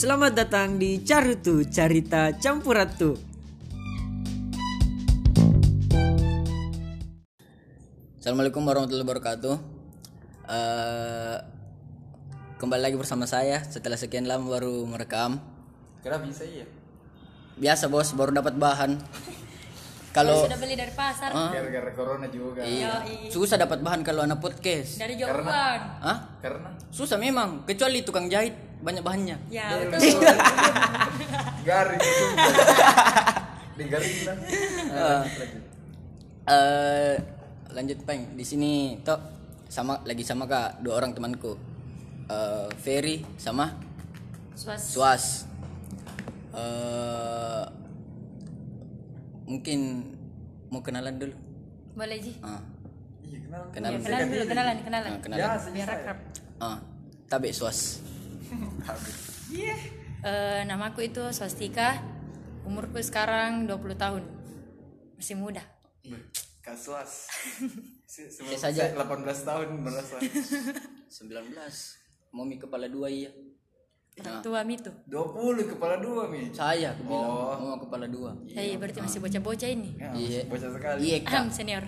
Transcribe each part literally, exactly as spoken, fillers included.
Selamat datang di Carutu, Carita Campuratu. Assalamualaikum warahmatullahi wabarakatuh. Uh, kembali lagi bersama saya setelah sekian lama baru merekam. Kenapa bisa ya? Biasa bos, baru dapat bahan. Kalau sudah beli dari pasar. uh, Gara-gara corona juga. Iya. Susah dapat bahan kalau anak podcast. Dari jauhan. Hah? Karena Susah memang, kecuali tukang jahit banyak bahannya. Ya, Dia betul. garing itu. Di garing lah. Uh, uh, lanjut peng di sini toh sama lagi sama kak dua orang temanku, uh, Ferry sama Suas. Suas. Uh, mungkin mau kenalan dulu. Boleh Ji. Ah, Iya, kenal. kenalan. Ya, kenalan dulu, kenalan, kenalan. Ah, kenalan. Ya, Biar selesai. akrab. Ah, tabe Suas. Eh, namaku itu Swastika. Umurku sekarang dua puluh tahun. Masih muda. Kasuas. Si- Saya sebelum saja. saya delapan belas tahun merasa. sembilan belas. Momi kepala dua iya. Orang tua itu. dua puluh kepala dua mi. Saya aku bilang Oh. mau kepala dua. Ya, iya, berarti masih bocah-bocah ini. Ya, Iya. masih bocah sekali. Iya kak. Ahem, senior.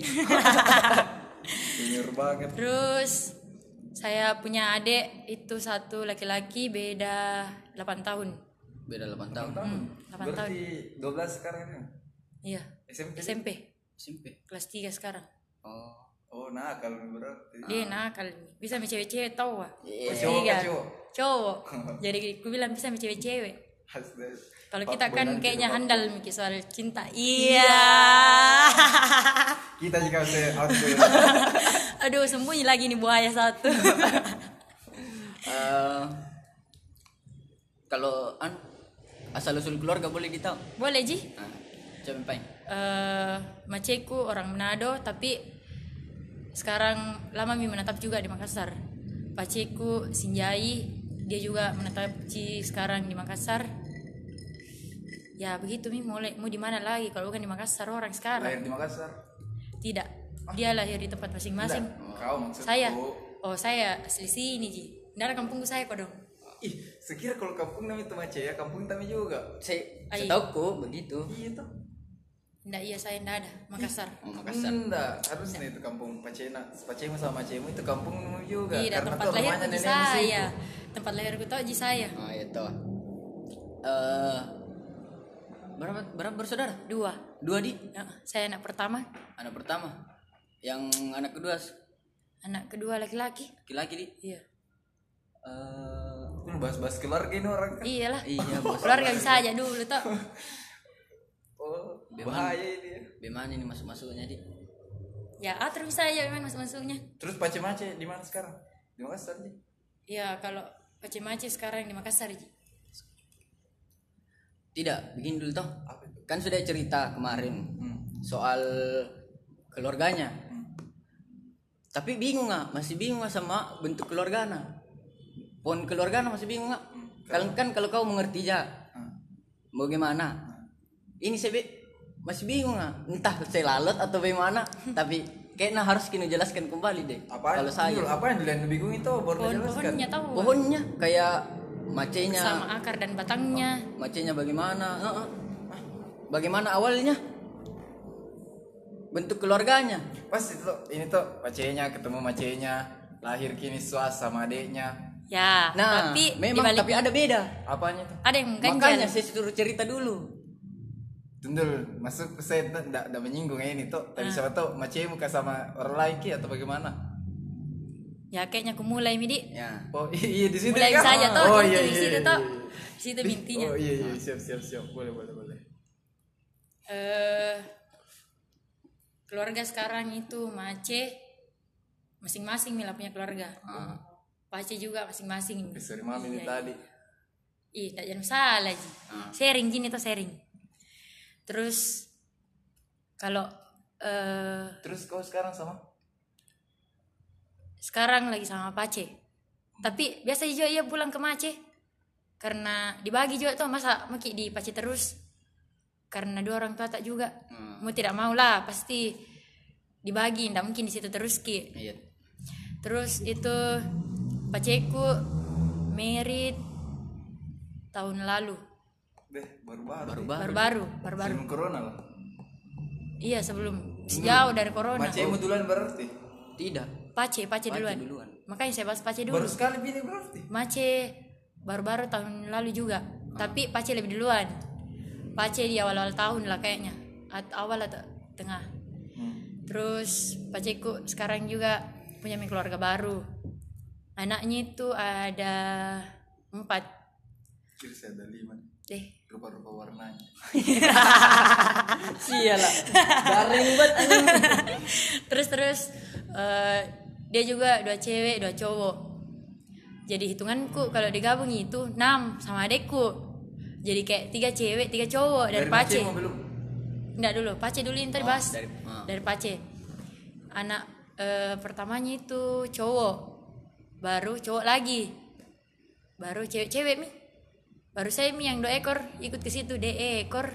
Senior banget. Terus saya punya adik itu satu laki-laki, beda delapan tahun. Beda delapan tahun. Tahun. delapan Berarti dua belas sekarang ya? Iya. S M P. S M P S M P. kelas tiga sekarang. Oh. Oh, nakal berarti. Dia nakal nih. Bisa sama cewek-cewek tahu ah. Iya. Kelas Cowok tiga. ke cowok? Cowok. Jadi aku bilang bisa sama cewek-cewek. Kalau kita kan kayaknya handal mikir soal cinta. Iya. Kita juga saya out there. Aduh, sembunyi lagi nih buaya satu. Eh, kalau an asal usul keluarga boleh ditahu. Boleh Ji? Nah, coba Pai. Eh, maceku orang Manado tapi sekarang lama mi menetap juga di Makassar. Paceku Sinjai, dia juga menetap Ci sekarang di Makassar. Ya begitu mi, mulai mau di mana lagi kalau bukan di Makassar orang Lahir sekarang. di Makassar. Tidak, dia lahir di tempat masing-masing. Tidak, kau maksudku. Saya, oh saya asli sini Ji. Dari kampungku saya kok dong. Ih, sekira kalau kampung namanya Tomace ya, kampung kami juga. Saya Ai. setahuku begitu. Iya tuh. Nggak, iya saya nggak ada Makassar. Oh, Makassar. Enggak, harusnya itu kampung Pacena. Pacema sama Macemu itu kampung juga. Tidak, Karena tempat tuh rumahnya lahirku di nenekmu situ. saya. Tempat lahirku tuh di saya. Ah, itu. Eh, berapa berapa bersaudara? Dua. Dua di. Ya, saya anak pertama, Anak pertama. Yang anak kedua anak kedua laki-laki. laki-laki di. Iya. Eh, Lu bahas-bahas keluarga ini orang kan. Iyalah. iya bos. Keluarga bisa aja dulu tuh. Oh, Bagaimana? bahaya ini ya. Bagaimana ini masuk-masuknya di? Ya, atur bisa aja memang masuk-masuknya. Terus Pacemace di mana sekarang? Di Makassar nih. Ya, kalau Pace-Mace sekarang di Makassar Ji. Tidak, begini dulu toh. Apa itu? Kan sudah cerita kemarin Hmm. soal keluarganya. Tapi bingung nggak? Masih bingung nggak sama bentuk keluarganya? Pon keluarganya masih bingung nggak? Kalau kan kalau kau mengerti ya, Hmm. bagaimana? Ini saya be- masih bingung nggak? Entah saya lalat atau bagaimana. Tapi kayaknya harus kini jelaskan kembali deh. Apa? Kalau saya Apa yang dulu bingung itu baru jelaskan. Pohon-pohonnya tahu. pohonnya kayak macenya, Sama akar dan batangnya. macenya bagaimana? Heeh. Bagaimana awalnya? Bentuk keluarganya. Pas itu tuh, ini tuh Pacenya ketemu Macenya, lahir kini Suas sama adeknya. Ya, Nah, tapi memang dibalik tapi ada beda. Apanya tuh? ada yang Makanya mengganjal. saya suruh cerita dulu. Tundul, masuk saya enggak enggak menyinggung ya ini tuh. Tadi siapa tuh Macemu muka sama orang lain ki atau bagaimana? Ya, kayaknya aku mulai Midi. Ya. Oh iya di situ Mulai kan? saja tuh, Oh itu iya di iya. situ iya, tuh. iya. Di situ intinya. Oh iya iya siap siap siap. Boleh boleh boleh. Eh, keluarga sekarang itu Mace masing-masing Mila punya keluarga. Pace juga masing-masing. Sorry mami ini Iya, tadi. Ih, tak jangan salah Ji. Sharing gini tuh sharing. Terus kalau eh Terus kau sekarang sama? sekarang lagi sama Pace. Tapi biasa juga ia pulang ke Mace. Karena dibagi juga tuh, masa maki di Pace terus. Karena dua orang tua tak juga. Mau tidak mau lah pasti dibagi, ndak mungkin di situ terus ki. Iya. Terus itu paceku merit tahun lalu. Deh, baru-baru. Baru-baru. Baru-baru, baru-baru. Sebelum corona lah. Iya sebelum jauh dari corona. Macemu duluan berarti. Tidak. Pace, Pace duluan. duluan. Makanya saya bahas Pace dulu. Baru sekali pilih berarti. Mace baru-baru tahun lalu juga. Tapi Pace lebih duluan. Pace di awal-awal tahun lah kayaknya. At- awal atau tengah. Hmm. Terus Paceku sekarang juga punya keluarga baru. Anaknya itu ada empat. Kira saya ada lima. Deh. Rupa-rupa warnanya. Sialah. Garing banget anjing. Terus terus eh, dia juga dua cewek dua cowok. Jadi hitunganku kalau digabung itu enam sama adekku. Jadi kayak tiga cewek tiga cowok dari, Dari Pace. Macemu belum? Enggak dulu, Pace dulu yang tadi Oh, bahas. dari- ah. Dari Pace. Anak eh, pertamanya itu cowok. Baru cowok lagi. Baru cewek-cewek mi. Baru saya mi yang dua ekor ikut ke situ deh ekor.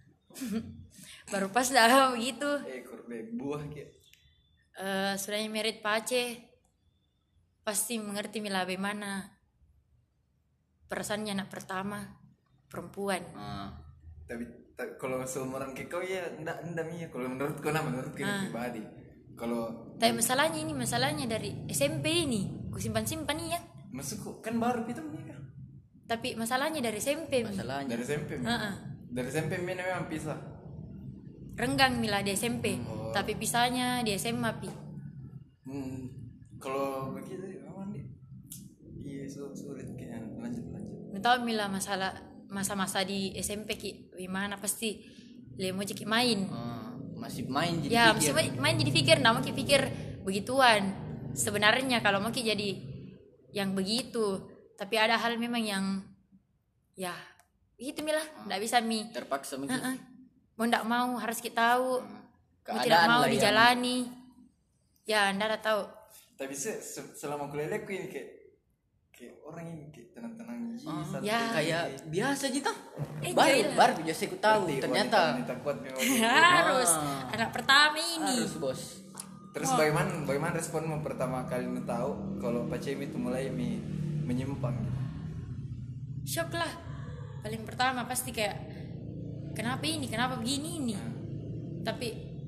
Baru pas dah begitu. Ekor deh, buah kayak. Eh sudahnya merit Pace. Pasti mengerti mila bagaimana perasaannya anak pertama perempuan. Ah. Tapi ta- kalau seumuran kayak kau ya enggak enggak Mia. Kalau menurut kau nah menurut kau Ah. pribadi. Kalau Tapi masalahnya ini masalahnya dari S M P ini. Ku simpan-simpan nih ya. maksudku kan baru itu Mia. Tapi masalahnya dari S M P. Mi. Masalahnya. Dari S M P. Mia. Heeh. Dari S M P Mia memang pisah. Renggang mila di S M P. Oh. Tapi pisahnya di S M A pi. Hmm. Kalau begitu memang nih. Iya su- sulit kayaknya. Lanjut lanjut. Nggak tahu mila masalah masa-masa di S M P ki gimana pasti le mau cek main. Ah, masih main jadi Ya, pikir. masih main jadi pikir, nah mau ki pikir begituan. Sebenarnya kalau mau ki jadi yang begitu, tapi ada hal memang yang ya begitu mila, nggak bisa mi. terpaksa mungkin. Heeh. Mau ndak mau harus kita tahu, mau Keadaan tidak mau lah yang- dijalani. Ya, ndak ada tahu. Tapi se- se- selama kuliah aku ini kayak kayak orang ini kayak tenang-tenang ji, Ah, santai. ya. Kayak biasa gitu. Eh, baru jahil. baru biasa aku tahu Berarti ternyata wanita kuat memang. Harus Ah. anak pertama ini. harus bos. Terus bagaimana bagaimana responmu pertama kali lu tahu kalau Pacemi itu mulai mi, menyimpang gitu? Shock lah. Paling pertama pasti kayak kenapa ini, kenapa begini ini. Tapi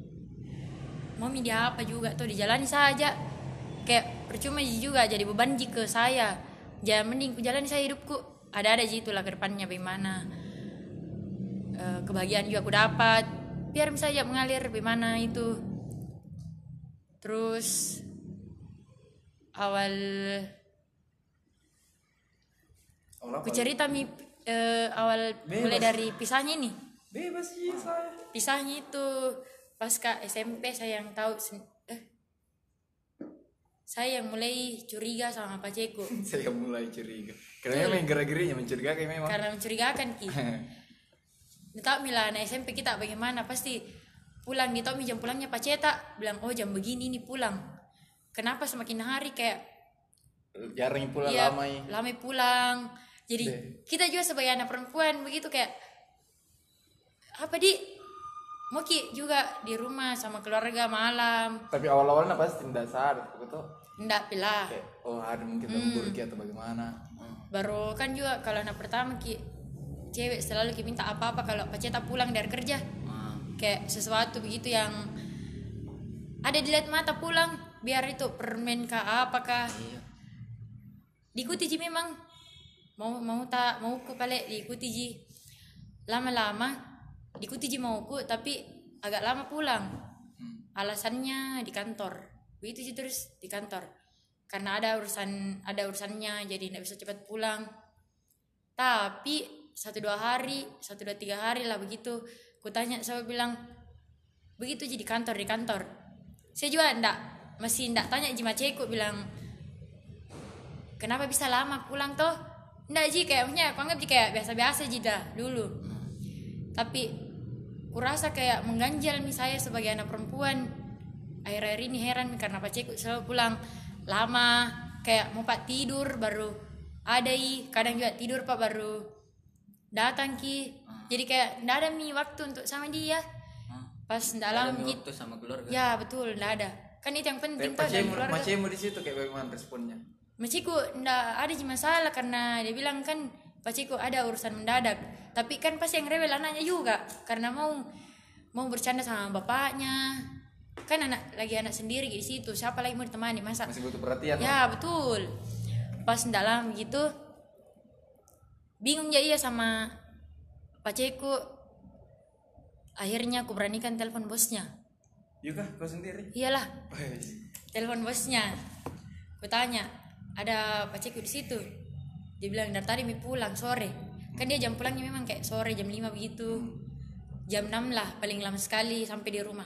mau dia apa juga tuh dijalani saja. Kayak percuma juga jadi beban ji ke saya. Jangan mending ku jalani saya hidupku. Ada-ada ji itulah ke depannya bagaimana. Eh, kebahagiaan juga aku dapat. Biar saja mengalir bagaimana itu. Terus awal Awal apa? ku cerita mi eh, awal Bebas. mulai dari pisahnya nih. Bebas sih saya. Pisahnya itu pas ke S M P saya yang tahu sen- eh saya yang mulai curiga sama paceku Saya mulai curiga. Karena memang gara-garinya mencurigakan memang. karena mencurigakan ki. Nggak tahu mila anak S M P kita bagaimana pasti pulang gitu mi jam pulangnya paceta bilang oh jam begini nih pulang. Kenapa semakin hari kayak Jarang pula iya, lama ya. lama pulang. Jadi Deh. kita juga sebagai anak perempuan begitu kayak apa di mau ki juga di rumah sama keluarga malam Tapi awal-awalnya pasti tidak sadar, aku tuh ndak pilah. kayak oh ada mungkin Hmm. lembur ki atau bagaimana. Baru kan juga kalau anak pertama ki cewek selalu ki minta apa-apa kalau paceta pulang dari kerja. Ah, Kayak sesuatu begitu yang ada dilihat mata pulang biar itu permen kah apakah. iya. Diikuti ji memang mau mau tak mauku kali diikuti ji lama-lama diikuti ji mauku tapi agak lama pulang. Alasannya di kantor begitu sih terus di kantor karena ada urusan ada urusannya jadi tidak bisa cepat pulang. Tapi satu dua hari satu dua tiga hari lah begitu ku tanya saya bilang begitu ji di kantor di kantor saya juga ndak masih ndak tanya ji maceku bilang kenapa bisa lama pulang toh ndak ji kayaknya aku anggap ji kayak biasa-biasa ji dah dulu. Tapi kurasa kayak mengganjal nih saya sebagai anak perempuan akhir-akhir ini heran karena paceku selalu pulang lama kayak mau pak tidur baru ada i kadang juga tidur pak baru datang ki jadi kayak ndak ada mi waktu untuk sama dia pas ndak lama Ada gitu waktu sama keluarga. ya betul ndak ada kan itu yang penting Tapi tuh dari Pacemu, keluarga. Pacemu di situ kayak bagaimana responnya? Maciku ndak ada sih masalah karena dia bilang kan paciku ada urusan mendadak. Tapi kan pasti yang rewel anaknya juga, karena mau mau bercanda sama bapaknya. Kan anak lagi anak sendiri di situ, siapa lagi mau ditemani, masa Masih butuh perhatian. ya betul. Pas dalam gitu bingung ya iya sama paciku. Akhirnya aku beranikan telepon bosnya. Yuk kah kau sendiri? Iyalah, Wes. telepon bosnya. Aku tanya, ada paciku di situ. Dia bilang dari tadi mi pulang sore. Kan dia jam pulangnya memang kayak sore jam lima begitu. Jam enam lah paling lama sekali sampai di rumah.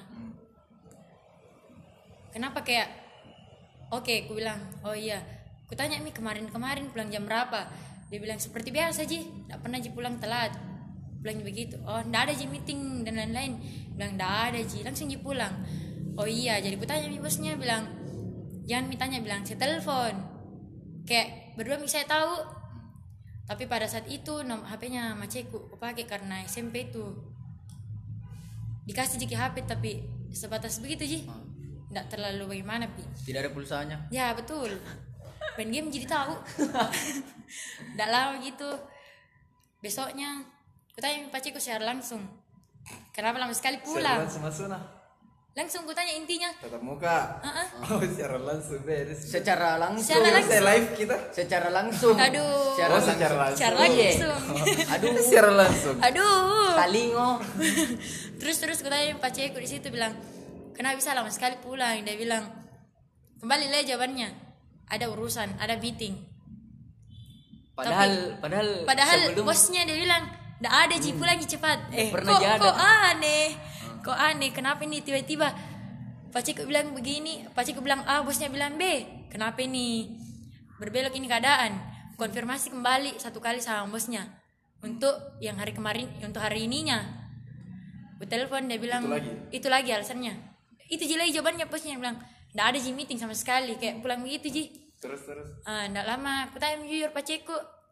Kenapa kayak oke, aku bilang, "Oh iya." Aku tanya mi kemarin-kemarin pulang jam berapa? Dia bilang seperti biasa Ji, enggak pernah Ji pulang telat. Bilang begitu. Oh, enggak ada Ji meeting dan lain-lain. Bilang enggak ada Ji, langsung Ji pulang. Oh iya, jadi aku tanya mi bosnya, bilang jangan mitanya, bilang saya telepon. Kayak berdua mi saya tahu. Tapi pada saat itu nomor H P-nya maceku aku pakai karena S M P itu. Dikasih Ji H P tapi sebatas begitu Ji. Enggak terlalu bagaimana Pi. Tidak ada pulsanya. Ya betul. Main game jadi tahu. Enggak lama gitu. Besoknya aku tanya paciku secara langsung, kenapa lama sekali pulang? Secara langsung masuk nah. Langsung aku tanya intinya. Tatap muka. Uh-uh. Oh, secara langsung beres. Secara langsung. Secara langsung. Saya live kita. Secara langsung. Aduh. Oh, secara langsung. Secara Iya. langsung. Aduh. Secara langsung. Aduh. Talingo. Terus terus aku tanya paciku di situ, bilang kenapa bisa lama sekali pulang? Dia bilang kembali lah jawabannya. Ada urusan, ada meeting. Padahal Tapi- padahal Padahal sebelum bosnya dia bilang nggak ada Ji, pulang Ji cepat. Eh pernah kok, jadi. kok aneh, kok aneh. Kenapa ini tiba-tiba paciku bilang begini, paciku bilang A, bosnya bilang B. Kenapa ini berbelok ini keadaan? Konfirmasi kembali satu kali sama bosnya untuk yang hari kemarin, untuk hari ininya. Aku telepon, dia bilang Itu lagi? itu lagi alasannya. Itu Ji lagi jawabannya, bosnya bilang nggak ada Ji meeting sama sekali, kayak pulang begitu Ji. Terus terus. Ah, nggak lama, aku tanya jujur paciku,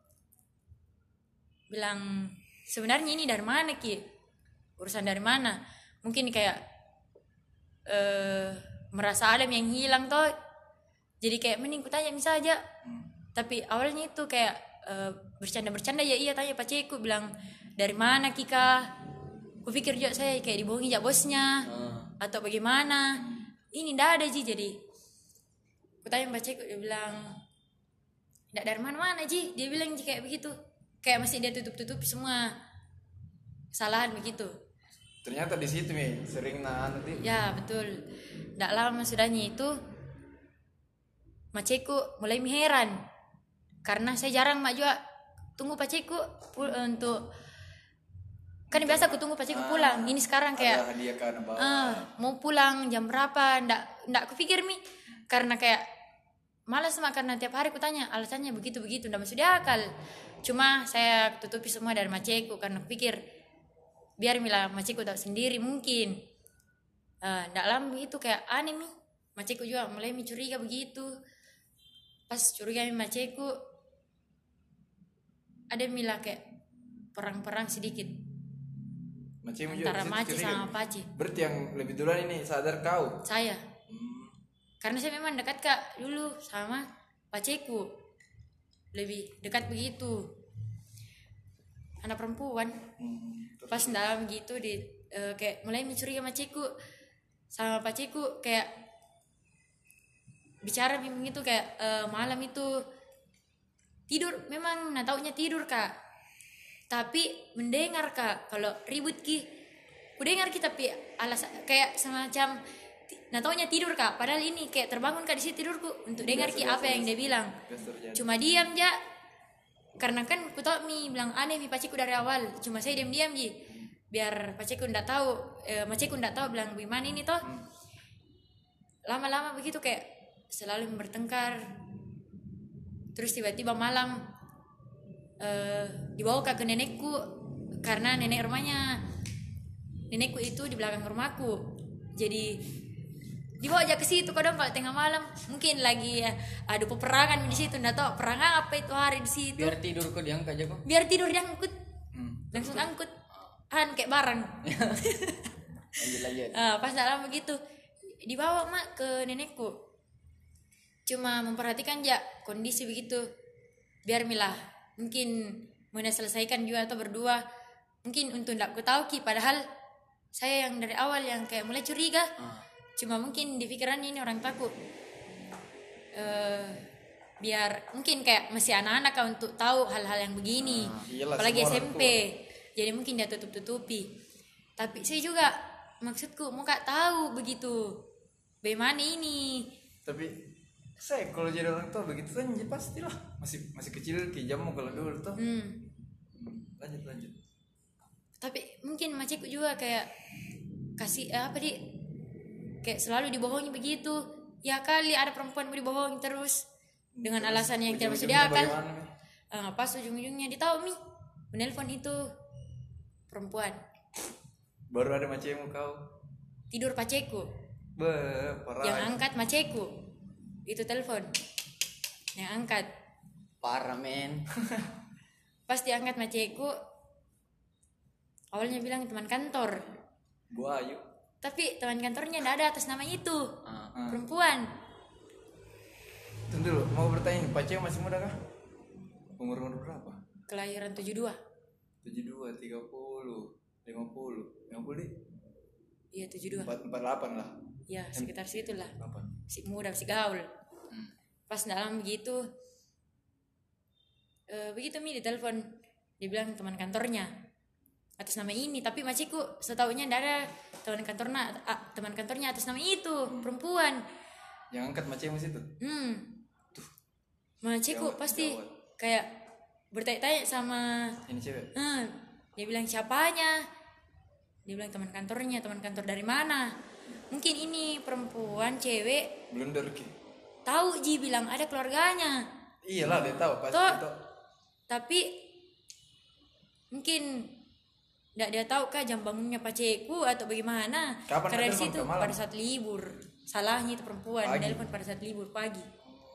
bilang sebenarnya ini dari mana Ki? Urusan dari mana? Mungkin kayak eh merasa ada yang hilang toh. Jadi kayak mending ku tanya saja. Tapi awalnya itu kayak eh, bercanda-bercanda ya iya tanya paciku, bilang dari mana Kika? Ku pikir juga saya kayak dibohongi ya bosnya atau bagaimana. Ini ndak ada Ji. Jadi ku tanya paciku, dia bilang ndak dari mana-mana Ji. Dia bilang Ji kayak begitu. Kayak masih dia tutup-tutupi semua kesalahan begitu. Ternyata di situ Mi sering nah nanti. Ya betul. Nggak lama sudahnya itu maceku mulai heran karena saya jarang mak juga tunggu paciku pul- untuk kan biasa aku tunggu paciku pulang. Ini sekarang kayak Ada hadiah kan bawa. ah, mau pulang jam berapa? Nggak nggak kupikir Mi karena kayak malas mak, karena tiap hari kutanya alasannya begitu-begitu nggak masuk di akal. Cuma saya tutupi semua dari maceku karena pikir biar mila maceku tahu sendiri mungkin. Uh, nggak lama begitu kayak aneh Mi. Maceku juga mulai mencuriga begitu. Pas curiga Mi maceku ada mila kayak perang-perang sedikit Macam juga antara di situ mace curiga. sama pace. Berarti yang lebih duluan ini sadar kau. Saya karena saya memang dekat kak dulu sama paceku, lebih dekat begitu, anak perempuan. Pas dalam gitu di eh, kayak mulai mencuriga maceku sama paceku, kayak bicara memang itu kayak eh, malam itu tidur memang nah taunya tidur kak, tapi mendengar kak kalau ribut ki ku dengar ki, tapi alas kayak semacam nah taunya tidur kak, padahal ini kayak terbangun kak di situ tidurku untuk dengar ki apa yang dia bilang. Cuma diam ja karena kan ku tau mi bilang aneh mi paciku dari awal, cuma saya diam-diam ji biar paciku ndak tahu, eh, maceku ndak tahu bilang gimana ini toh. Lama-lama begitu kayak selalu bertengkar. Terus tiba-tiba malam eh, dibawa ke nenekku karena nenek rumahnya nenekku itu di belakang rumahku. Jadi dibawa aja ke situ kadang kalau tengah malam, mungkin lagi ya, ada peperangan di situ, nggak tahu perang apa itu hari di situ. Biar tidur kok diangkat aja kok. Biar tidur diangkut, langsung angkut, han kayak barang. Lanjut lanjut. Ah, pas dalam begitu dibawa mak ke nenekku, cuma memperhatikan ya kondisi begitu, biar milah mungkin mau selesaikan juga atau berdua, mungkin untuk ndak ku tahu ki, padahal saya yang dari awal yang kayak mulai curiga. Ah. Cuma mungkin di pikirannya ini orang takut eh biar mungkin kayak masih anak-anak kan untuk tahu hal-hal yang begini. iyalah, Apalagi semua S orang M P. Jadi mungkin dia tutup-tutupi. Tapi saya juga maksudku mau kak tahu begitu. Bagaimana ini? Tapi saya kalau jadi orang tua begitu kan ya pastilah masih masih kecil ki jamu kalau dulu tuh. Hmm. Lanjut lanjut. Tapi mungkin macetku juga kayak kasih eh, apa di kayak selalu dibohongi begitu. Ya kali ada perempuan mau dibohongi terus dengan alasan yang tidak masuk di akal. Uh, pas ujung-ujungnya ditahu mi menelpon itu perempuan. Baru ada macemu kau. Tidur paceku. Be, parah. Yang angkat maceku. Itu telepon. Yang angkat. Parah men. Pas diangkat maceku, awalnya bilang teman kantor. Bu Ayu. Tapi teman kantornya tidak ada atas nama itu. Ah. Perempuan. Tunggu dulu, mau bertanya nih, Pace masih muda kah? Umur umur berapa? Kelahiran tujuh dua. tujuh puluh dua, tiga puluh, lima puluh, lima puluh di? Iya tujuh dua. empat puluh delapan lah. Ya sekitar situlah. Apa? Si muda, si gaul. Pas dalam begitu, e, begitu mi ditelepon, dibilang teman kantornya atas nama ini, tapi maciku setahunya tidak ada teman kantornya, ah, teman kantornya atas nama itu perempuan. Yang angkat macemu situ? Hmm, maciku Gawat, pasti gawat. kayak bertanya-tanya sama, Ini cewek? hmm, dia bilang siapanya, dia bilang teman kantornya, teman kantor dari mana? Mungkin ini perempuan, cewek, Blunder ki. tahu Ji bilang ada keluarganya. Iyalah dia tahu pasti Toh, toh. tapi mungkin tidak dia tahu kah jam bangunnya paceku atau bagaimana. Kapan Karena ada di situ telepon? Ke malam? pada saat libur. Salahnya itu perempuan Pagi. telepon pada saat libur pagi.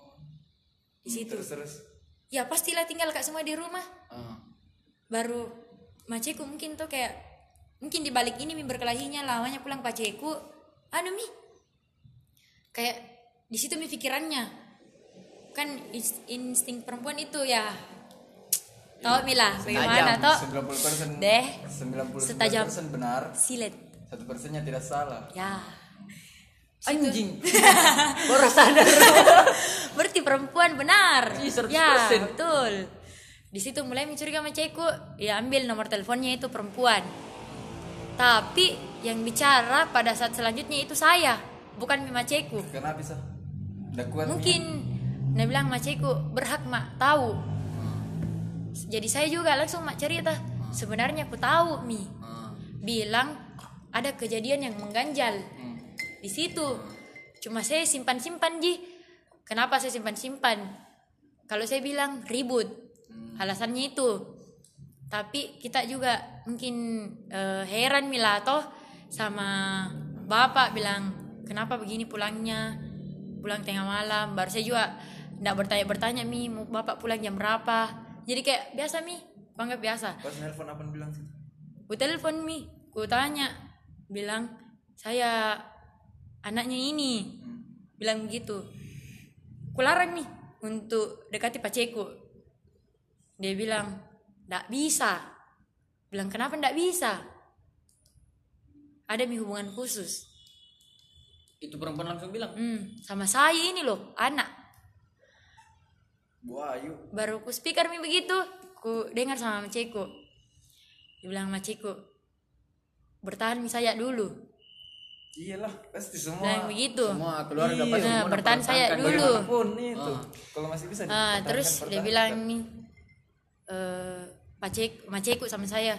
Di situ. Terus terus. Ya pastilah tinggal kak semua di rumah. Ah. Baru maceku mungkin tuh kayak mungkin di balik ini mi berkelahinya lamanya pulang paceku. Anu mi kayak di situ mi pikirannya kan ins- insting perempuan itu ya. Tahu mi lah bagaimana toh sembilan puluh persen deh sembilan puluh setajam persen benar. silet Satu persennya tidak salah. ya. Anjing. Baru sadar. Berarti perempuan benar. Ih, seratus ya persen. betul. Di situ mulai mencuriga sama cewekku, ya ambil nomor teleponnya itu perempuan. Tapi yang bicara pada saat selanjutnya itu saya, bukan Mima Ceku. Kenapa bisa? Udah kuat Mungkin dia bilang mak Ceku berhak mak tahu. Jadi saya juga langsung mak cerita. Sebenarnya aku tahu Mi. Ah. Bilang ada kejadian yang mengganjal di situ. Cuma saya simpan-simpan Ji. Kenapa saya simpan-simpan? Kalau saya bilang ribut, alasannya itu. Tapi kita juga mungkin eh, heran Mila toh sama bapak bilang kenapa begini pulangnya, pulang tengah malam. Baru saya juga nggak bertanya-bertanya Mi, mau bapak pulang jam berapa. Jadi kayak biasa Mi, anggap biasa. Pas nelpon apa bilang sih? Ku telepon Mi, ku tanya, bilang saya anaknya ini, bilang begitu. Ku larang Mi untuk dekati paceku. Dia bilang ndak bisa. Bilang kenapa ndak bisa? Ada Mi hubungan khusus. Itu perempuan langsung bilang. Hmm, sama saya ini loh, anak. Bu Ayu. Baru ku speaker Mi begitu, ku dengar sama maceku. Dia bilang maceku, bertahan Mi saya dulu. Iyalah, pasti semua. Bilang begitu. Semua keluarga Iya. pasti Nah, semua bertahan saya dipertahankan. dulu. Bagaimanapun itu. Kalau masih bisa Ah, dipertahankan, terus dia pertahankan. bilang nih, eh pacek, maceku sama saya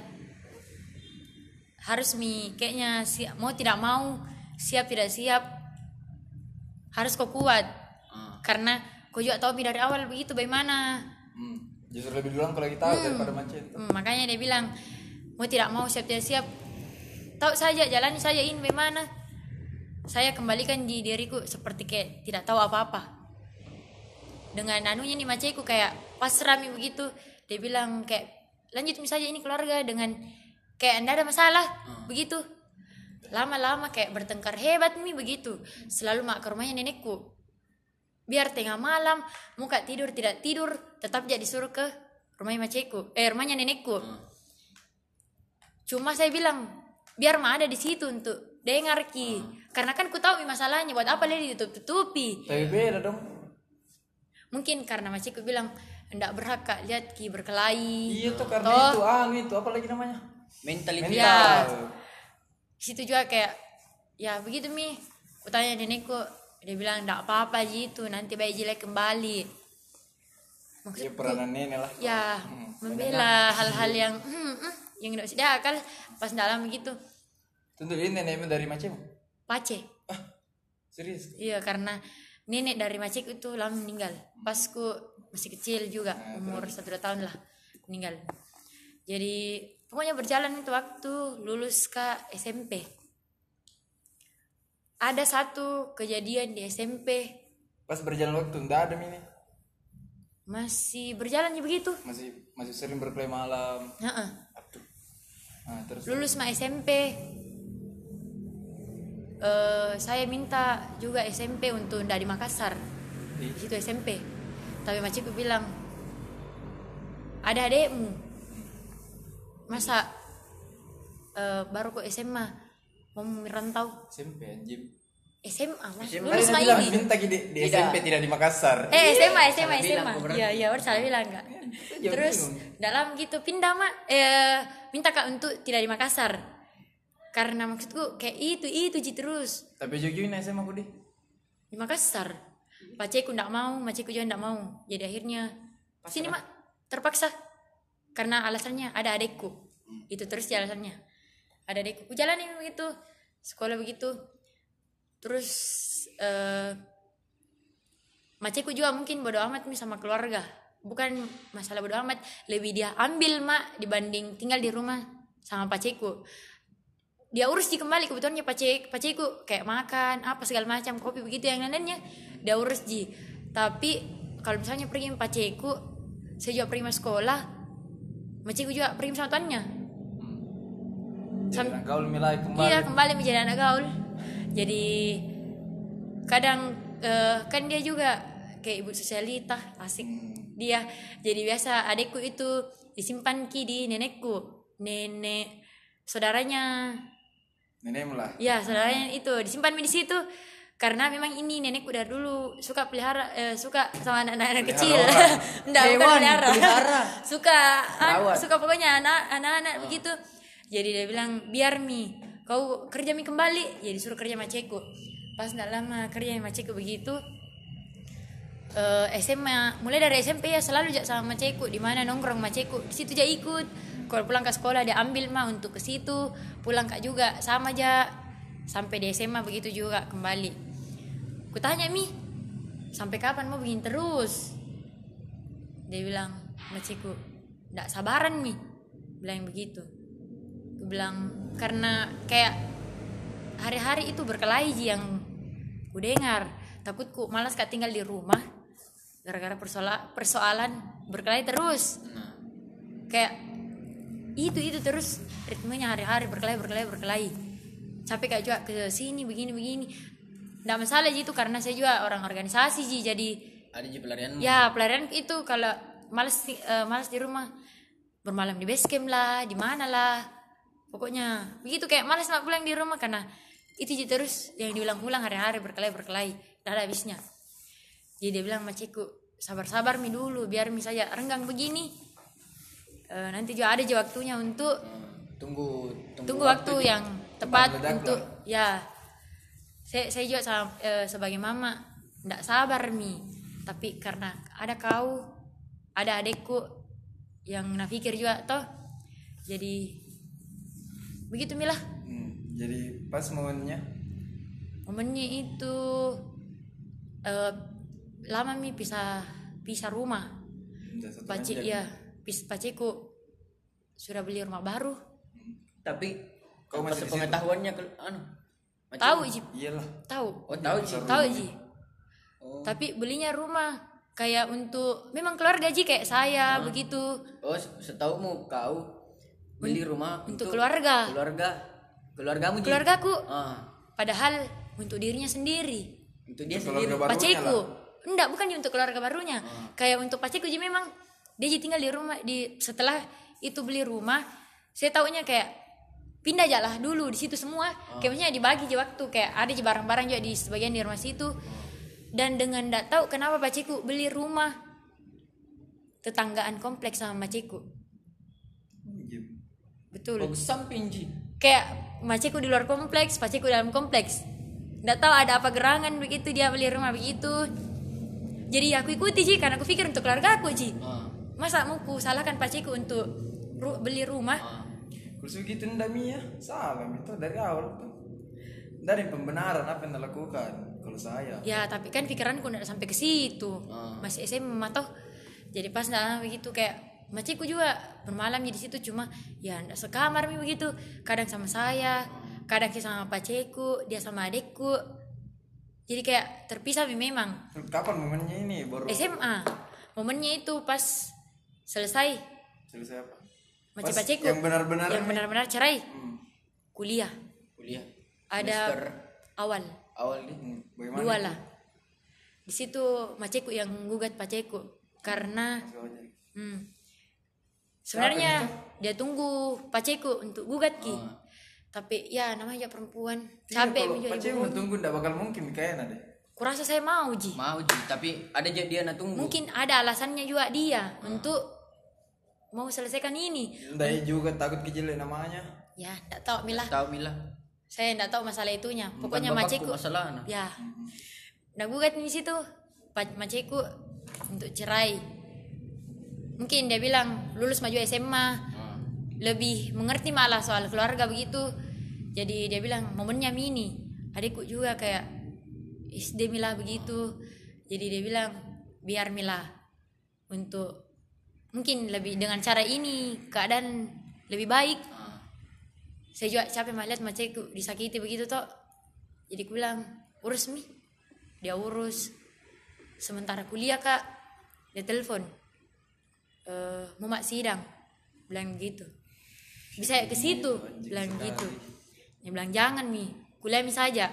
harus Mi kayaknya siap, mau tidak mau, siap tidak siap, harus kau kuat. Ah. Karena kau juga tahu Mi dari awal begitu bagaimana. Hmm. Justru lebih duluan kalau kita tahu daripada macet. Hmm, makanya dia bilang mau tidak mau siap tidak siap, tahu saja jalani saja ini bagaimana. Saya kembalikan di diriku seperti kayak tidak tahu apa-apa. Dengan anunya nih maceku kayak pasrah Mi begitu. Dia bilang kayak lanjut Mi saja ini keluarga dengan kayak anda ada masalah begitu. Lama-lama kayak bertengkar hebat Mi begitu. Selalu mak ke rumahnya nenekku. Biar tengah malam muka tidur tidak tidur tetap jadi disuruh ke rumahnya maceku, eh rumahnya nenekku. Cuma saya bilang biar mah ada di situ untuk dengar ki, karena kan ku tahu masalahnya, buat apa dia ditutup-tutupi. Tapi beda dong. Mungkin karena maceku bilang ndak berhak kak lihat ki berkelahi. Iya tuh karena Toh, itu anu itu apa lagi namanya? Mentalitas. Ya. Situ juga kayak ya begitu mi. Ku tanya nenekku, dia bilang ndak apa-apa gitu, nanti bayi jelek kembali. Ya Maksudku, peranan nenek lah. ya membela hal-hal yang hmm, hmm, yang tidak sedih akal pas dalam begitu. Tentu ini nenekmu dari macam? Pace. Ah, serius? Iya, karena nenek dari Macik itu lama meninggal. Pas ku masih kecil juga, umur satu dua tahun lah meninggal. Jadi pokoknya berjalan itu waktu lulus ke S M P. Ada satu kejadian di S M P Pas berjalan waktu enggak ada ini. masih berjalan ya begitu. Masih masih sering berkelahi malam. Heeh. Aduh. Nah, terus Lulus mah S M P. Eh, saya minta juga S M P untuk ndak di Makassar. Di situ S M P. Tapi Macikku bilang, ada adekmu. Masa eh, baru kok S M A mau merantau? S M P anjing. S M A mas, S M A. lulus mah bilang ini. minta di, di S M P tidak di Makassar. Eh S M A, S M A, Salah S M bilang A. kok berarti. Iya iya, baru salah bilang enggak. Jangan Terus bingung. dalam gitu pindah mak, eh minta kak untuk tidak di Makassar. Karena maksudku kayak itu itu ji terus Tapi jojoin S M A aku deh. di Makassar. Paceku ndak mau, maceku juga ndak mau. Jadi akhirnya sini mak terpaksa karena alasannya ada adekku. Itu terus ya alasannya. Ada adekku. Ku jalanin begitu, sekolah begitu. Terus eh maceku juga mungkin bodo amat nih sama keluarga. Bukan masalah bodo amat, lebih dia ambil mak dibanding tinggal di rumah sama paceku. Dia urus di kembali kebetulannya pacek paceku kayak makan apa segala macam kopi begitu yang lainnya dia urus ji. Tapi kalau misalnya pergi sama paceku, saya juga pergi sama sekolah, maceku juga pergi sama tuannya. Jadi gaul milai kembali. Iya kembali menjadi anak gaul. Jadi kadang eh, kan dia juga kayak ibu sosialita asik dia. Jadi biasa adekku itu disimpan ki di nenekku, nenek saudaranya. Nenekmu lah. Ya saudaranya itu disimpan di situ karena memang ini nenekku dari dulu suka pelihara eh, suka sama anak-anak kecil. Enggak bukan Hewan, pelihara. pelihara. suka ah, Rawat. suka pokoknya anak anak-anak begitu. Jadi dia bilang biar mi kau kerja mi kembali, jadi suruh kerja maceku. Pas enggak lama kerja maceku begitu. Uh, S M A mulai dari S M P ya selalu jak sama maceku, di mana nongkrong maceku di situ ja ikut. Kalau pulang ke sekolah dia ambil mah untuk ke situ, pulang kak juga sama aja sampai di S M A begitu juga kembali. Kutanya mi sampai kapan mau begini terus? Dia bilang maceku ndak sabaran mi, bilang begitu. Aku bilang karena kayak hari-hari itu berkelahi ji yang ku dengar, takutku malas kak tinggal di rumah gara-gara persoalan persoalan berkelahi terus. Kayak itu itu terus ritmenya hari-hari berkelahi berkelahi berkelahi sampai kayak juga ke sini begini begini. Nggak masalah ji itu karena saya juga orang organisasi ji, jadi Ada di pelarian. ya pelarian itu kalau malas uh, malas di rumah bermalam di base camp lah, di mana lah, pokoknya begitu kayak malas nak pulang di rumah karena itu ji terus yang diulang-ulang hari-hari berkelahi berkelahi tidak ada habisnya. Jadi dia bilang maceku sabar-sabar mi dulu biar mi saja renggang begini, uh, nanti juga ada aja waktunya untuk Tunggu, tunggu, tunggu waktu yang tepat meledak untuk lah. ya saya saya juga sama, eh, sebagai mama ndak sabar mi, tapi karena ada kau ada adekku yang napikir juga toh, jadi begitu milah. Hmm, jadi pas momennya Momennya itu eh, lama mi pisah pisah rumah. udah satu Paci anjir. ya pis paciku sudah beli rumah baru. Tapi Kau pas masih di situ? pengetahuannya ke anu. macam- Tahu ji, Iyalah. tahu. Oh, tahu sih. Tahu ji. Oh. Tapi belinya rumah kayak untuk memang keluarga ji kayak saya begitu. Oh, setaumu kau beli rumah untuk keluarga. Keluarga. Keluargamu Ji? Keluargaku. Ah, Padahal untuk dirinya sendiri. untuk dia Untuk sendiri. keluarga barunya Paceku. lah. Enggak, bukan untuk keluarga barunya. Kayak untuk paceku ji memang dia jadi tinggal di rumah. Di setelah itu beli rumah, saya taunya kayak pindah aja lah dulu di situ semua. Oh. Kayak maksudnya dibagi aja waktu, kayak ada aja barang-barang juga di sebagian di rumah situ. Dan dengan ndak tahu kenapa paciku beli rumah tetanggaan kompleks sama maciku. Betul. Bagus samping Ji. Kayak maciku di luar kompleks, paciku dalam kompleks. Nggak tahu ada apa gerangan begitu dia beli rumah begitu. Jadi aku ikuti Ji, karena aku pikir untuk keluarga aku Ji. Ah. Masa mau ku salahkan paciku untuk ru- beli rumah? Ah. Kalau begitu ndak Mi ya, salah itu dari awal tuh. Dari pembenaran apa yang dilakukan kalau saya. Ya tapi kan pikiranku nggak sampai ke situ. Ah. Masih S M A toh. Jadi pas nggak begitu kayak maciku juga bermalam di situ, cuma ya nggak sekamar mi begitu. Kadang sama saya, kadang sih sama paciku, dia sama adekku. Jadi kayak terpisah mi memang. Kapan momennya ini baru S M A momennya itu pas selesai selesai apa? maci Pas paciku yang benar-benar yang ini? benar-benar cerai. Hmm. Kuliah Kuliah. ada Semester awal awal nih. Hmm, Bagaimana? dua lah. Di situ maciku yang gugat paciku karena hmm, sebenarnya dia tunggu paciku untuk gugat ki. Ah. Tapi ya namanya perempuan Iya, capek kalau menjadi Pace mau tunggu ndak bakal mungkin kayaknya deh. kurasa saya mau Ji. Mau Ji, tapi ada jadi dia na tunggu. Mungkin ada alasannya juga dia untuk mau selesaikan ini. Ndak juga takut kejelek namanya. Ya enggak tahu milah. Tahu Mila. Saya enggak tahu masalah itunya. Bukan Pokoknya bapakku maciku. masalahnya. Ya. Nah gugat di situ pa- maciku untuk cerai. Mungkin dia bilang lulus maju S M A, Ah. lebih mengerti malah soal keluarga begitu. Jadi dia bilang momennya mini. Adikku juga kayak S D Mila begitu. Jadi dia bilang biar Mila untuk mungkin lebih dengan cara ini keadaan lebih baik. Ah. Saya juga capek melihat maciku disakiti begitu toh. Jadi aku bilang urus mi. Dia urus. Sementara kuliah kak, dia telepon. Eh, mau mak sidang, bilang gitu. Bisa ke situ, bilang gitu. Dia bilang jangan mi, kuliah mi saja.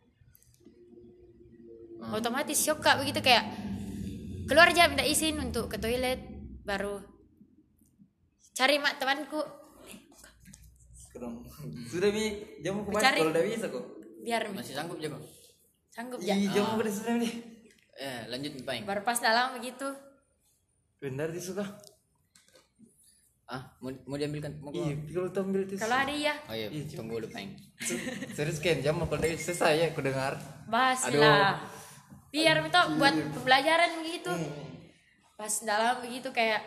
Otomatis shock kak begitu kayak keluar aja minta izin untuk ke toilet, baru cari mak temanku. Kurang. Sudah Mi, jamu kemarin Cari. kalau udah bisa kok. Biar mi Masih sanggup jago. sanggup ya. Ih, jamu udah sudah nih. Eh, lanjut nih Paing. Baru pas dalam begitu. Benar disuka. Ah, mau mau diambilkan mau Iya, kalau tuh ambil itu. Kalau ada iya, Oh iya, tunggu dulu Paing. Serius kan jamu kalau udah selesai ya aku dengar. bahas Aduh. lah. Biar itu buat pembelajaran begitu. Pas dalam begitu kayak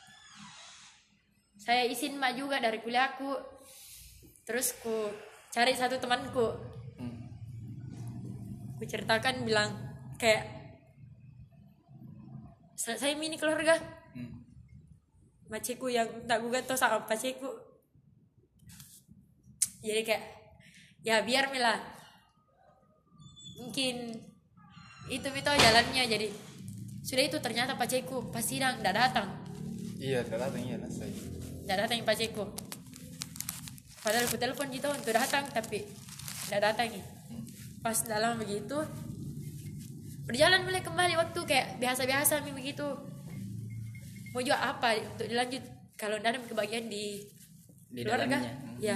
saya izin mak juga dari kuliahku. Terus ku cari satu temanku. Hmm. Ku ceritakan bilang kayak "Sa- saya mini keluarga. Hmm. Maciku yang tak gugat tuh sama paciku. Jadi kayak ya biar Mila mungkin itu itu jalannya. Jadi sudah itu ternyata paciku pas sidang tidak datang Iya, datang iya lah saya. tidak datang paciku. Padahal aku telepon gitu untuk datang tapi tidak datang. Pas dalam begitu berjalan mulai kembali waktu kayak biasa-biasa mi begitu. Mau juga apa untuk dilanjut kalau tidak ada kebagian di, Di keluarga. dalamnya. Ya.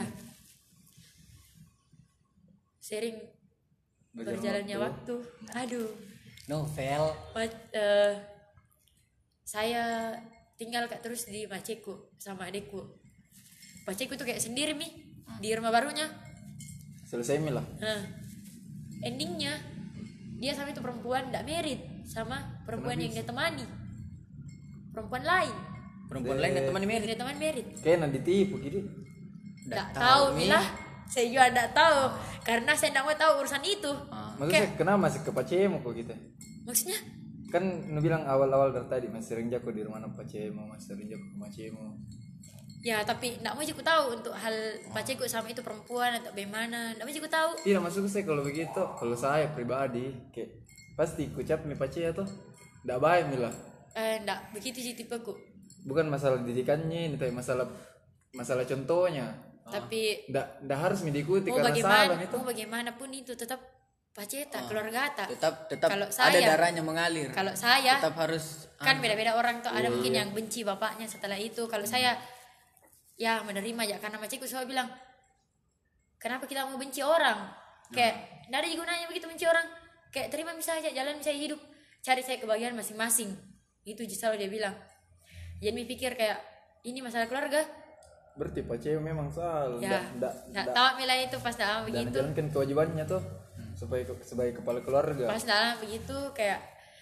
Sering Berjalan berjalannya waktu. waktu. Aduh. Novel. Ma- eh, saya tinggal kak terus di maciku sama adikku. Maciku tuh kayak sendiri mi di rumah barunya. Selesai Mi lah. Nah, endingnya dia sama itu perempuan tidak married sama perempuan yang dia temani, perempuan lain Perempuan lain dan teman yang Mary. dia teman married. Kayak nanti tipu gitu. Tidak tahu Mi. Mila, saya juga tidak tahu karena saya tidak mau tahu urusan itu. Ah. Maksudnya kenapa masih ke Pacemo kok gitu? Maksudnya Kan nu bilang awal-awal dari tadi masih sering jago di rumah Pacemo, masih sering jago ke Pacemo. ya tapi tidak mau aku tahu untuk hal paciku sama itu perempuan atau bagaimana. Tidak mau aku tahu. Tidak maksudku saya kalau begitu, kalau saya pribadi kayak pasti kucap Mi Pace tuh tidak baik Mi lah. Eh, tidak begitu sih tipeku. Bukan masalah didikannya ini, tapi masalah masalah contohnya. Tapi Ndak ndak harus Mi diikuti mau karena bagaimana, salah itu. mau bagaimanapun itu tetap paceta keluarga tak. Tetap tetap Kalau ada saya- darahnya mengalir. Kalau saya Tetap harus kan beda-beda orang tuh, ada mungkin yang benci bapaknya setelah itu. Kalau saya ya menerima ya, karena maciku selalu bilang, kenapa kita mau benci orang, kayak nggak ada gunanya begitu benci orang, kayak terima misalnya jalan misalnya hidup, cari saya kebahagiaan masing-masing. Itu selalu dia bilang. Jadi mikir kayak ini masalah keluarga. Berarti Pak Ceo memang salah. Ya, nggak tahu milah itu pas dalam begitu. Dan jalankan kewajibannya tuh sebagai sebagai kepala keluarga. Pas dalam begitu kayak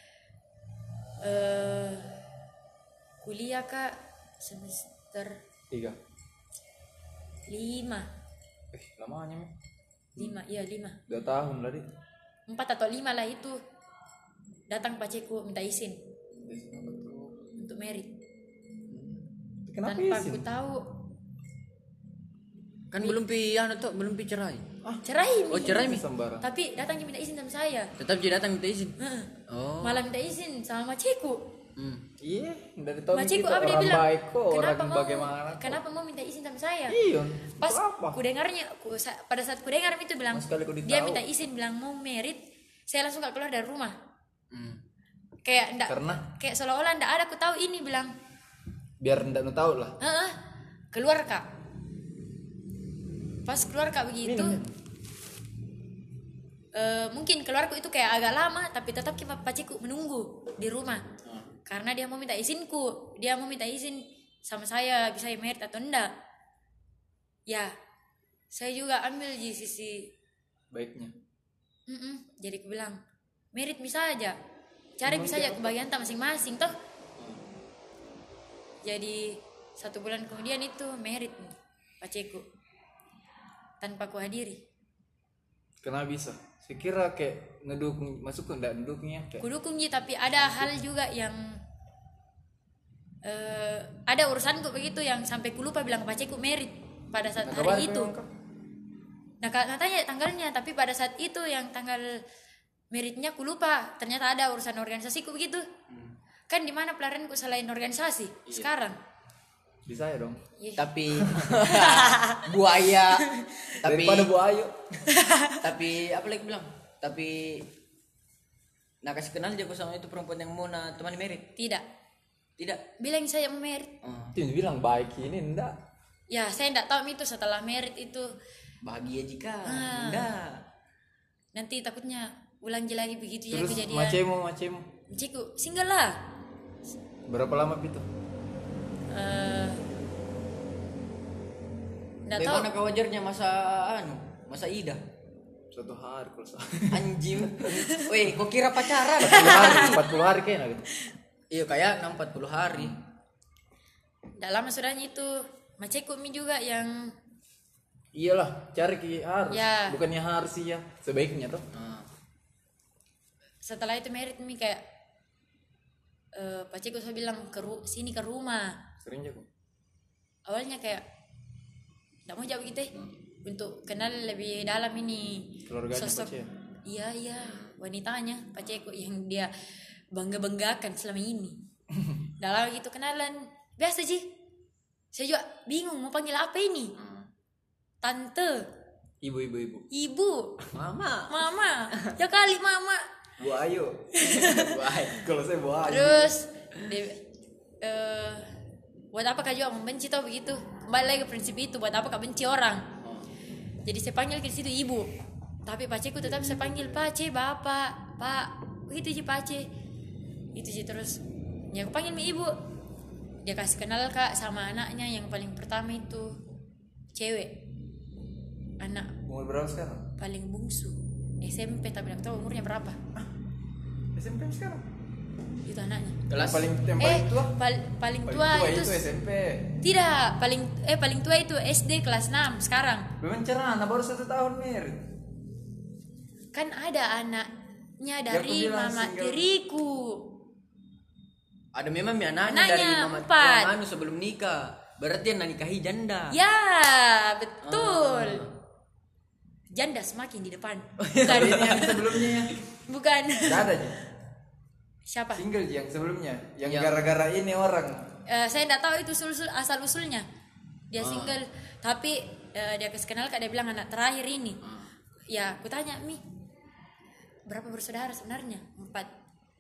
eh kuliah kak semester Tiga. lima, Eh lamanya nih. lima, iya lima, Dua tahun tadi. empat atau lima lah itu. Datang paciku minta izin untuk merit. Kenapa Tanpa izin? aku tahu. Kan belum pi anu tuh, belum pi cerai. Cerai Oh, Mi. cerai Mi. Sembarang. Tapi datang dia minta izin sama saya. Tetap dia datang minta izin. Heeh. Oh. Malah minta izin sama maciku. Hmm. Iya, dari tahun Maciku itu apa dia orang bilang? baik kok, orang Kenapa mau? bagaimana kok. Kenapa mau minta izin sama saya? Iya. Pas untuk apa? ku dengarnya, ku, sa- pada saat ku dengar itu bilang, Mas sekali ku dia ditahu. minta izin bilang mau merit, saya langsung gak keluar dari rumah. Hmm. Kayak ndak, Karena? kayak seolah-olah ndak ada ku tahu ini bilang, Biar ndak nu tahu lah. heeh, keluar kak. Pas keluar kak begitu, eh, mungkin keluarku itu kayak agak lama, tapi tetap kita paciku menunggu di rumah, karena dia mau minta izinku, dia mau minta izin sama saya bisa merit atau enggak. Ya, saya juga ambil di sisi Baiknya. Mm-mm. Jadi aku bilang merit bisa aja, cari bisa aja kebahagiaan tak masing-masing toh. Jadi satu bulan kemudian itu merit nih paceku tanpa ku hadiri. Kenapa bisa? Saya kira kayak ngedukung, masuk ke ndak ngedukungnya kayak. Ku dukung ji, tapi ada hal juga yang eh, ada urusanku begitu yang sampai ku lupa bilang ke paceku merit pada saat Nah, hari kabar itu. memang, Kak? Nah, Kak, nah, tanya tanggalnya, tapi pada saat itu yang tanggal meritnya ku lupa. Ternyata ada urusan organisasiku begitu. Hmm. Kan di mana pelarianku selain organisasi sekarang? Bisa ya dong. Iya. Tapi buaya. Tapi Daripada Bu Ayu. tapi apa lagi bilang? Tapi nah kasih kenal dia sama itu perempuan yang mau na temani merit. Tidak. Tidak. Bilang saya mau merit. Oh, Dia bilang baik ini ndak. Ya, saya tidak tahu itu setelah merit itu bahagia jika. Ah. Enggak. nanti takutnya ulang lagi begitu ya Terus kejadian. macemu macemu. Ciku, single lah. Berapa lama itu? Eh Nggak tahu. Bagaimana kewajarnya masa anu, masa Ida? Satu hari kalau salah. Anjing. Weh, kok kira pacaran? empat puluh hari, empat puluh hari kayaknya gitu. Iya, kayak empat puluh hari. Nggak lama sudahnya itu. Maceku mi juga yang Iyalah, cari ki harus. Ya. Bukannya harus sih ya. Sebaiknya tuh. Nah, setelah itu merit mi kayak eh paceku saya bilang ke ru- sini ke rumah. Sering jago. Awalnya kayak nggak mau jauh gitu ya. Untuk kenal lebih dalam ini Keluarganya sosok. Pace. Iya iya, wanitanya paceku yang dia bangga-banggakan selama ini. Dalam gitu kenalan biasa sih. Saya juga bingung mau panggil apa ini. Tante, Ibu ibu ibu. ibu, mama. mama, ya kali mama. Bu Ayu. Baik. Kalau saya Bu Ayu. Terus di- eh, buat apa kak juga membenci tau begitu? Kembali lagi ke prinsip itu, buat apa kak benci orang? Jadi saya panggil ke situ ibu, tapi paceku tetap saya panggil pace, bapak, pak, begitu sih pace. Itu sih terus. Ya aku panggil mi ibu. Dia kasih kenal kak sama anaknya yang paling pertama itu cewek, anak Umur berapa sekarang? paling bungsu S M P, tapi nggak tahu umurnya berapa. S M P sekarang. Itu anaknya. Kelas Yang paling yang Eh, paling tua. pal- paling Paling tua, tua itu, itu S M P. tidak, paling eh paling tua itu S D kelas enam sekarang. Memang cerana baru satu tahun merit. Kan ada anaknya Ya, aku dari bilang mama single. tiriku. ada memang ya anaknya Anaknya, dari mama empat. yang anu sebelum nikah. Berarti yang nikahi janda. Ya, betul. Janda semakin di depan. Bukan. Ini yang sebelumnya ya. Bukan. Enggak ada aja. Siapa? Single yang sebelumnya. Yang Yang- gara-gara ini orang. Eh, saya tidak tahu itu usul asal usulnya. Dia single, tapi eh, dia kasih kenal kak, dia bilang anak terakhir ini. Ya, aku tanya mi, berapa bersaudara sebenarnya? Empat.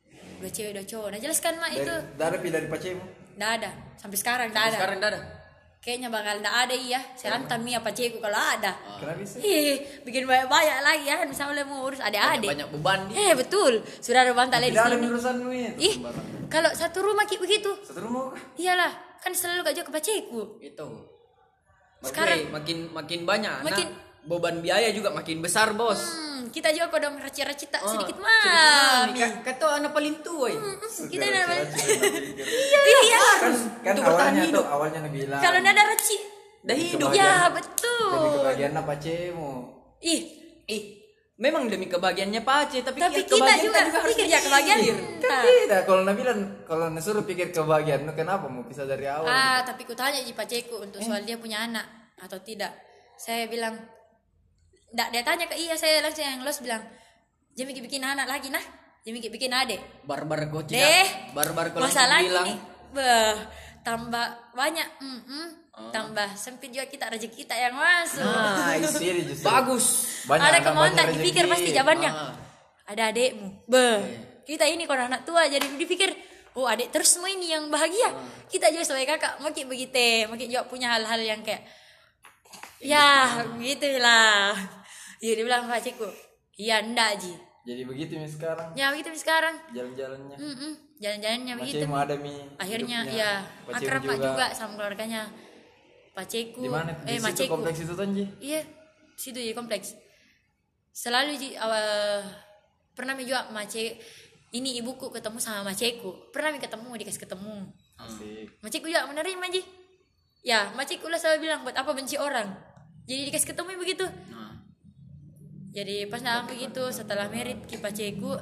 dua cewek dua cowok. Nah jelaskan mak itu. Dari ada pilih dari pacemu. Nggak ada sampai sekarang nggak ada. Sekarang dah ada. Kayaknya bakal nggak ada iya. Saya lantam Mia paceku kalau ada. Kenapa bisa? Ih, bikin banyak-banyak lagi ya. Misalnya mau urus adik-adik. Banyak beban dia. Eh betul, sudah ada bantal di Tidak ada sini. urusanmu ini. Ih, kalau satu rumah kayak begitu, Satu rumah kah? iyalah, kan selalu gak jauh ke paceku. Itu. Sekarang- Makin makin makin banyak Makin- anak, beban biaya juga makin besar, Bos. Hmm, kita juga kok dong racik-racik tak Oh, sedikit sedikit mami. mami. Ka- Kata anak paling tua. eh. Hmm, kita ada Iya. iya, iya. Kan, kan Untuk bertahan awalnya hidup. tuh awalnya bilang. Kalau nggak ada racik, Dah hidup. Kebahagiaan. ya Demi betul. kebahagiaan pacemu. Ih, Ih, memang demi kebahagiaannya Pace, tapi, tapi ya, kita kebahagiaan juga harus pikir ya kebahagiaan. dipikir. Kan Nah. tidak. Kalau Nabi bilang kalau disuruh pikir kebahagiaan, lu kenapa mau pisah dari awal? Ah, tapi ku tanya Ji paceku untuk soal dia punya anak atau tidak. Saya bilang, nggak, dia tanya ke iya, saya langsung yang los bilang, jadi bikin anak lagi nah, jadi bikin adik. Barbar kau Deh, tidak. Barbar kau langsung masalahnya bilang. nih, beh, tambah banyak, mm -mm, tambah sempit juga kita rezeki kita yang masuk. Nah, Itu sih justru. bagus. Banyak Ada anak, kemauan banyak tak dipikir rezeki. pasti jawabannya. Ah. Ada adekmu, beh, kita ini kalau anak tua jadi dipikir, oh adik terus semua ini yang bahagia. Kita juga sebagai kakak, makin begitu, makin juga punya hal-hal yang kayak, ya begitulah. Iya dia bilang Pak Ciku, iya ndak Ji. Jadi begitu nih sekarang. Ya begitu sekarang. Jalan-jalannya. Mm-mm, jalan-jalannya begitu. Pacemu ada mi. Akhirnya hidupnya. ya Pacemu akrab Pak juga sama keluarganya. Pak Ceku, Di mana? Di eh situ Maceku. kompleks itu Tonji. Iya, situ ya kompleks. Selalu Ji awal pernah mi juga Mace ini ibuku ketemu sama Maceku. Pernah mi ketemu dikasih ketemu. Asik. Maceku juga menerima Ji. Ya, Maceku lah selalu bilang buat apa benci orang. Jadi dikasih ketemu begitu. Nah, Jadi pas nak begitu setelah merit ki paceku.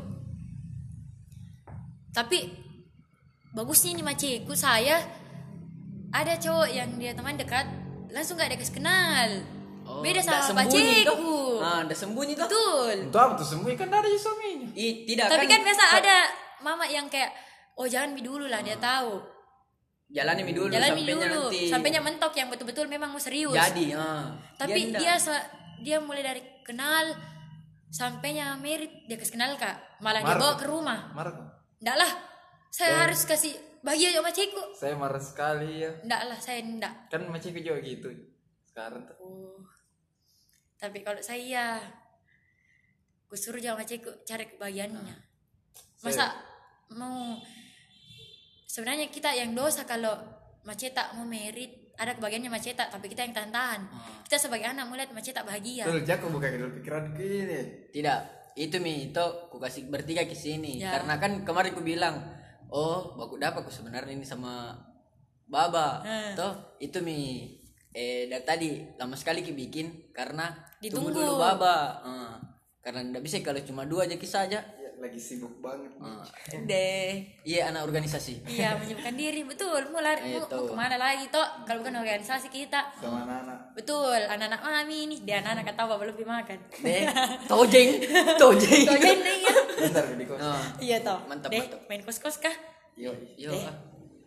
Tapi bagusnya ini maceku saya ada cowok yang dia teman dekat langsung gak ada kes kenal. oh, Beda dah sama sembunyi paceku. toh. Ah, dah sembunyi tuh. Betul. Untuk apa tuh sembunyi kan ada suaminya. Ih, tidak Tapi kan biasa ada mama yang kayak oh jangan mi dulu lah dia tahu. Jalani mi dulu Jalan mi sampainya dulu nanti. sampainya mentok yang betul-betul memang mau serius. Jadi, ah. Tapi ndak. dia sa- dia mulai dari kenal sampainya merit dia kes kenal Kak. Malah dia Marah. bawa ke rumah. Marah kok. Nggak lah, saya harus kasih bahagia sama Ceku. Saya marah sekali ya. Nggak lah, saya nggak. Kan maceku juga gitu. Sekarang tuh. Oh. Tapi kalau saya, aku suruh sama Ceku cari kebahagiaannya. Masa mau sebenarnya kita yang dosa kalau Maceta mau merit ada kebahagiaannya Maceta, tapi kita yang tahan-tahan. Kita sebagai anak mulai Maceta bahagia. Tuh, Jack buka dulu pikiran ini. Tidak, itu mi itu ku kasih bertiga ke sini. Ya. Karena kan kemarin ku bilang, oh, baku dapat aku sebenarnya ini sama Baba. Hmm. Toh, itu mi eh dari tadi lama sekali ki bikin karena Ditunggu. tunggu dulu Baba. Eh, karena ndak bisa kalau cuma dua aja kisah aja. Ya, lagi sibuk banget. Eh, deh, iya anak organisasi. Iya, menyibukkan diri, betul. Mau lari, mau, Itu. mau kemana lagi toh? Kalau bukan organisasi kita. Sama anak-anak. Betul, anak-anak mami nih, dia anak-anak kata apa belum dimakan. Deh, tojeng, tojeng. Tuh aja nih ya. Bentar di kos. Oh, Iya toh. Mantap, Deh, mantap. main kos-kos kah? yo, yo. Deh. ah.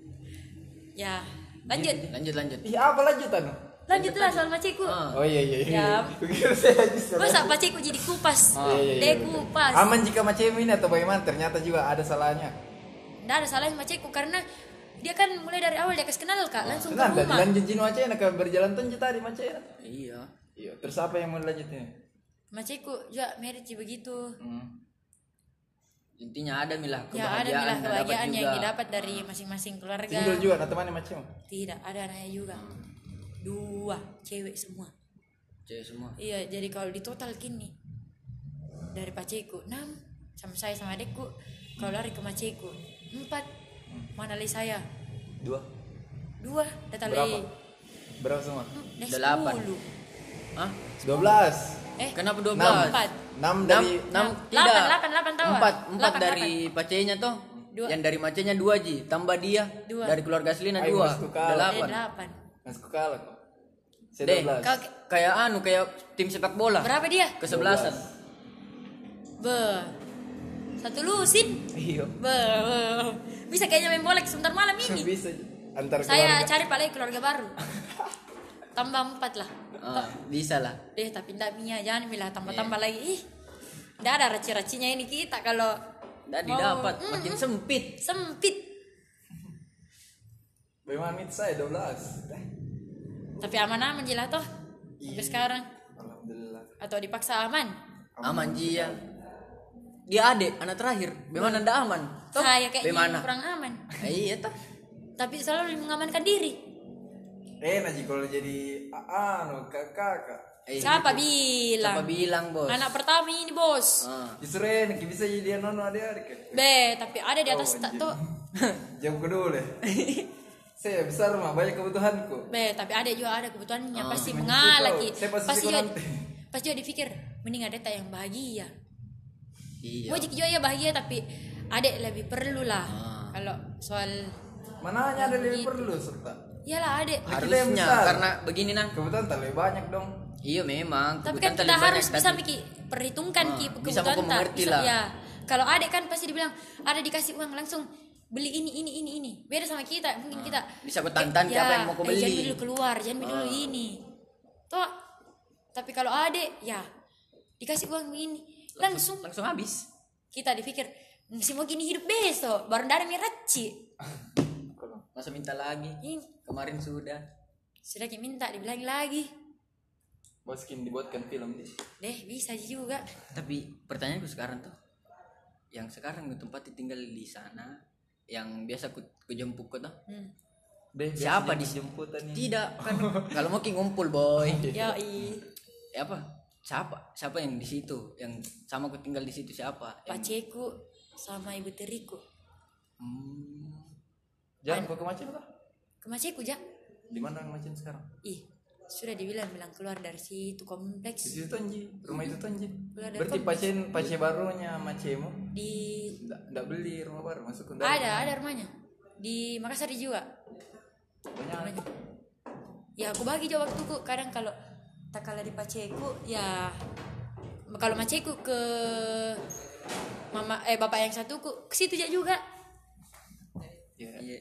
Ya, lanjut. Lanjut, lanjut. Ih, apa lanjutan? Lanjutlah soal maciku. Ah. Oh iya iya. iya. Ya. Pikir saya justru. Masa paciku jadi kupas? Iya, iya, iya, Deh betul. kupas. Aman jika macam ini atau bagaimana? Ternyata juga ada salahnya. Nggak ada salahnya maciku karena dia kan mulai dari awal dia kasih kenal kak, langsung ke Kenapa? rumah. Lanjut jin macam nak berjalan tunjuk tadi macam. Iya. Iya. Terus apa yang mau lanjutnya? Maciku juga merit sih begitu. Hmm. Intinya ada milah Ya ada kebahagiaan, milah dapat kebahagiaan yang juga. didapat dari masing-masing keluarga. Single juga, nah temannya macam. Tidak ada anaknya juga. Dua cewek semua. Cewek semua. Iya, jadi kalau di total gini dari paciku enam sama saya sama adekku, kalau lari ke maciku empat, mana lagi saya Dua. dua, data Berapa? lagi Berapa semua? hmm, Delapan. sepuluh. Hah? Dua belas. Eh, Kenapa dua Enam. belas? empat. Enam Enam, dari enam, Delapan, tidak. delapan, delapan tahu. Empat, empat Delapan, dari pacenya toh. Dua. Yang dari macenya dua ji, tambah dia. Dua. Dari keluarga Selina Ayo, dua. masuk ke kalah. Eh, Delapan. delapan. masuk kalah kok. Saya Deh, dua belas. Kau kayak anu, kayak tim sepak bola. berapa dia? Kesebelasan. Be. Satu lusin. Iya. Be. Bisa kayaknya main bola sebentar malam ini. Bisa antar Saya keluarga. cari paling keluarga baru. Tambah empat lah. Ah, bisa lah. Deh, tapi ndak Mia jangan bilang tambah-tambah lagi. Ih. Ndak ada raci-racinya ini kita kalau Nggak Mau- didapat, Mm, makin mm. sempit. Sempit. Bagaimana mit saya dua belas. Tapi aman-aman jelas toh. Sampai sekarang. Alhamdulillah. Atau dipaksa aman. Aman Jia. Dia adik, anak terakhir. Bagaimana ndak aman? Toh, Saya kayaknya bagaimana? yang kurang aman. Eh, iya toh. Tapi selalu mengamankan diri. Eh, Naji kalau jadi anu kakak. Eh, Siapa Siapa bilang? bilang, Bos? Anak pertama ini, Bos. Ah. Justru enak bisa jadi nono adik-adik. Be, tapi ada di atas Oh, tak anjing. tuh. Jauh kedua deh. Saya besar mah banyak kebutuhanku. Be, tapi ada juga ada kebutuhannya Ah. pasti Menyusul mengalah kau. Ki. Saya pasti Pasti kau juga nanti. pasti juga dipikir mending ada tak yang bahagia. Iya. Mau juga ya bahagia tapi adek lebih perlu lah. Ah. Kalau soal Mananya ada lebih Begitu. perlu serta. iyalah adek. Nah, kita yang Harusnya besar. karena begini nah. Kebutuhan tak lebih banyak dong. Iya memang. Tapi kebutuhan kan kita terlalu harus banyak, bisa tapi- Miki perhitungkan Ah, Ki bisa kebutuhan mau tak. mengerti Bisa lah. ya. Kalau adek kan pasti dibilang ada dikasih uang langsung beli ini ini ini ini. Beda sama kita, mungkin kita bisa kau tantan ya, apa yang mau kau eh, jangan beli. dulu keluar, jangan beli dulu ini. Toh. Tapi kalau adek ya dikasih uang ini langsung langsung habis. kita dipikir mesti mau gini hidup besok baru dari miraci. Masa minta lagi? Ini Kemarin sudah. sudah kita minta dibilang lagi. Boskin dibuatkan film deh. Deh bisa juga. Tapi pertanyaanku sekarang tuh, yang sekarang gue tempat tinggal di sana, yang biasa ku, ku jemput kau tuh, Hmm. Deh, siapa di jemputan ini? tidak kan kalau mau ki ngumpul boy. Ya i Ya apa? Siapa? Siapa yang di situ? Yang sama ku tinggal di situ siapa? Yang- paceku sama ibu teriku. Hmm, Jangan kau ke Macin lah. Ke maceku ja. Di mana Macin sekarang? Ih, sudah dibilang bilang keluar dari situ Di kompleks situ tuh Anji. Rumah itu tuh Anji. Keluar dari Berarti kompleks. Pacen Pace barunya Macemu. di Nggak nggak beli rumah baru masuk ke ada ada rumahnya di Makassar juga. Banyak. Ya aku bagi juga waktuku kadang kalau tak kalah di paceku ya kalau maceku ke mama eh bapak yang satuku ke situ aja juga Ya. iya.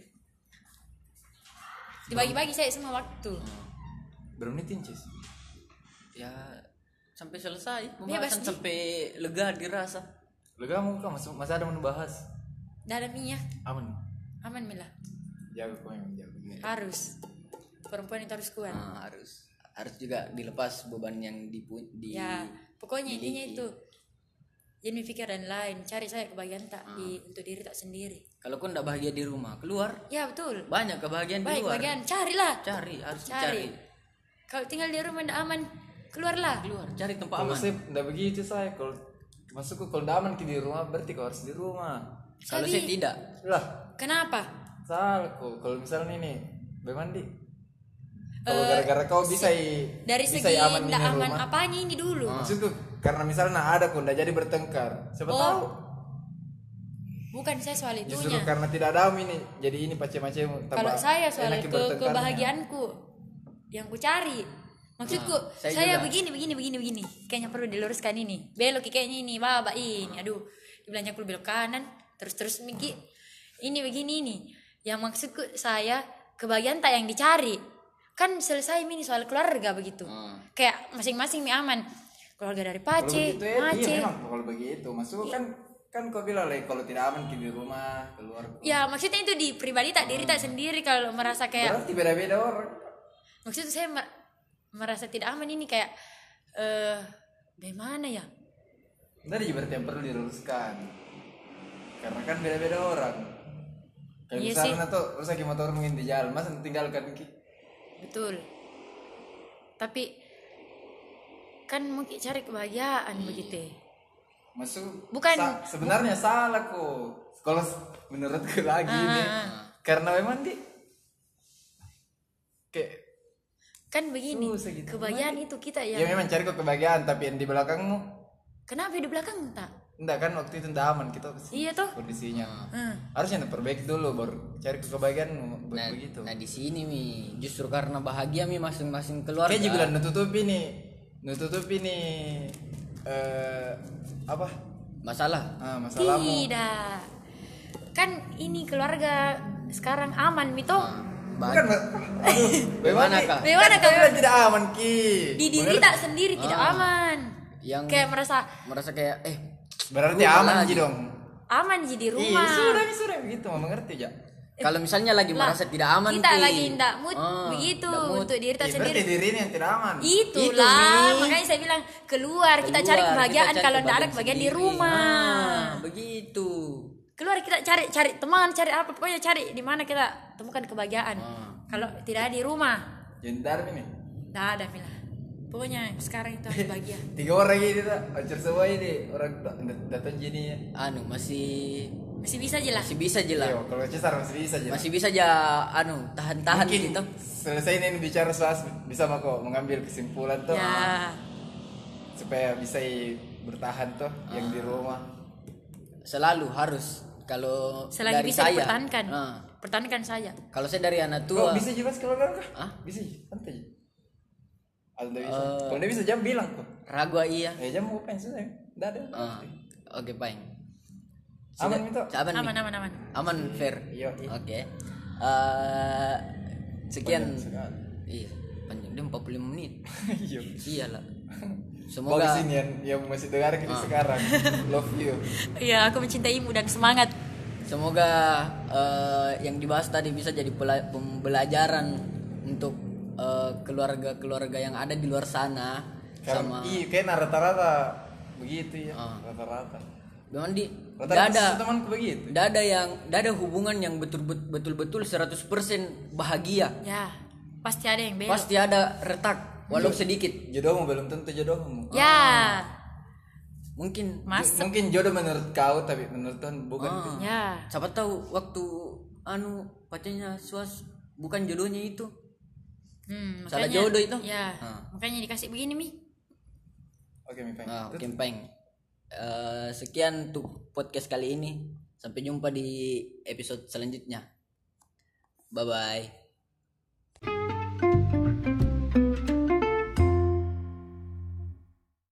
dibagi-bagi saya semua waktu. Berapa menit Incis? Ya sampai selesai Bebas, pembahasan Ji. sampai lega dirasa. Lega mau kau masih masih ada membahas. Dalam minyak Aman. aman Mila Jago kau yang jago. harus perempuan itu harus kuat. Nah, harus harus juga dilepas beban yang dipu, di Ya pokoknya intinya miliki. itu jangan mikir dan lain cari saya kebahagiaan tak di untuk diri tak sendiri. Kalau kau ndak bahagia di rumah, keluar. Ya betul. Banyak kebahagiaan di Baik luar. kebahagiaan carilah. Cari, harus Cari. cari. Kalau tinggal di rumah tidak aman keluarlah. Keluar, cari tempat Kalau aman. saya nggak begitu saya kalau masukku kalau nggak aman ki di rumah berarti kau harus di rumah. Kalau Sabi. saya tidak. Lah, Kenapa? salah kok. Kalau misalnya ini, bagaimana di? Kalau Eh, gara-gara kau bisa i- Dari bisa segi i aman tidak di aman rumah. apanya ini dulu. Maksudku karena misalnya ada kok nggak jadi bertengkar. Siapa Oh, tahu? Bukan saya soal Justru itunya. karena tidak ada aman ini, jadi ini pace-macemu. tambah Kalau saya soal enak ke bertengkarnya. kebahagiaanku yang ku cari. Maksudku Nah, saya saya, juga. begini begini begini begini. Kayaknya perlu diluruskan ini. Belok kayaknya ini, baba ini. Aduh, dibilangnya aku belok kanan, terus-terus Miki. Ini begini ini. Yang maksudku saya kebahagiaan tak yang dicari. Kan selesai ini soal keluarga begitu. Hmm. Kayak masing-masing mi aman. Keluarga dari Kalau Pace, begitu ya, Mace. iya memang kalau begitu. Masuk kan kan kau bilang lah kalau tidak aman ki di rumah keluar. Ya maksudnya itu di pribadi tak diri tak sendiri kalau merasa kayak Berarti beda-beda orang. maksud saya mer- merasa tidak aman ini kayak eh bagaimana ya? Tadi berarti yang perlu diluruskan. Karena kan beda-beda orang. Kayak Iya misalnya tuh rusak motor mungkin di jalan, masa tinggalkan ki. Betul. Tapi kan mungkin cari kebahagiaan begitu. ya. Masuk Bukan- sa- sebenarnya salah kok. Kalau s- menurutku lagi Ah, nih. ah, ah. Karena memang di kayak Kan begini, Susah gitu. kebahagiaan itu kita ya yang memang cari kok kebahagiaan tapi yang di belakangmu kenapa di belakang tak? enggak kan waktu itu enggak aman kita Iya tuh. kondisinya. Hmm. Harusnya perbaiki dulu baru cari ke kebahagiaan be- Nah, begitu. nah di sini mi justru karena bahagia mi masing-masing keluarga. Kayak juga bilang nututupi nih, nututupi nih eh apa? Masalah. Ah, masalahmu. Tidak. Kan ini keluarga sekarang aman mito. Bukan, Mbak. Aduh, Bagaimana, Ki? Kak? Bagaimana, Kan kau Kak? bilang tidak aman ki. Di diri Mengerti? tak sendiri tidak Ah. aman. Yang Kayak merasa merasa kayak eh Berarti Lu aman lagi. Ji dong. aman ji di Iya, rumah. sudah nih sudah begitu, mama ngerti ya. Kalau misalnya lagi Lah, merasa tidak aman kita Ki. lagi tidak mood Ah, begitu ndak mood. untuk diri kita Iya, berarti sendiri. diri ini yang tidak aman. Itulah Itu, Mi. makanya saya bilang keluar, kita Keluar, cari kita kebahagiaan cari kalau tidak ada kebahagiaan kebahagiaan di sendiri. rumah. Ah, begitu. Keluar kita cari cari teman, cari apa pokoknya cari di mana kita temukan kebahagiaan. Ah. Kalau tidak ada di rumah, Jendar ini. tidak ada Mila. Pokoknya sekarang itu harus bahagia. Tiga orang ini tak, pacar semua ini orang dat- datang gini ya. Anu masih Masih bisa aja lah. masih bisa aja lah. Iya, kalau Cesar masih bisa aja. Masih bisa aja anu tahan-tahan Mungkin gitu. selesai ini bicara soal bisa mah kok mengambil kesimpulan tuh Ya, supaya bisa bertahan tuh yang di rumah. Selalu harus kalau selagi dari bisa saya. dipertahankan. Ah, Pertahankan saja. kalau saya dari anak Kok tua. bisa jelas kalau enggak kah? Hah? Bisa santai. Kalau enggak bisa. Eh. Kalau enggak bisa jam bilang kok. Ragu iya. Eh jam mau pensiun ya. Enggak ada. Ah, oke, baik. Aman minta. Aman, Mi. Aman aman aman. Aman, fair. Iya, iya. Oke. Eh, sekian. Panjang sekali. Iya, panjang dia empat puluh lima menit. Iya. Iyalah. Bagus Semoga ini yang, yang masih dengar kita sekarang. Love you. Iya, aku mencintaimu dan semangat. semoga eh, yang dibahas tadi bisa jadi pela- pembelajaran untuk eh, keluarga-keluarga yang ada di luar sana Karena sama iya kayak rata-rata begitu ya. Ah. Rata-rata. memang di tidak Rata-rata ada temanku begitu. tidak ada yang tidak ada hubungan yang betul betul seratus persen bahagia. Ya, pasti ada yang belok. Pasti ada retak walau sedikit. Jodohmu belum tentu jodohmu. Ya, Mungkin mas. Mungkin jodoh menurut kau tapi menurut Tuhan bukan. Ya, siapa tahu waktu anu pacarnya suas bukan jodohnya itu. hmm, Salah makanya- jodoh itu. Ya, Ah. makanya dikasih begini mi. Oke, Mi Peng. Nah, oke, Peng. Eh, sekian untuk podcast kali ini. Sampai jumpa di episode selanjutnya. Bye bye.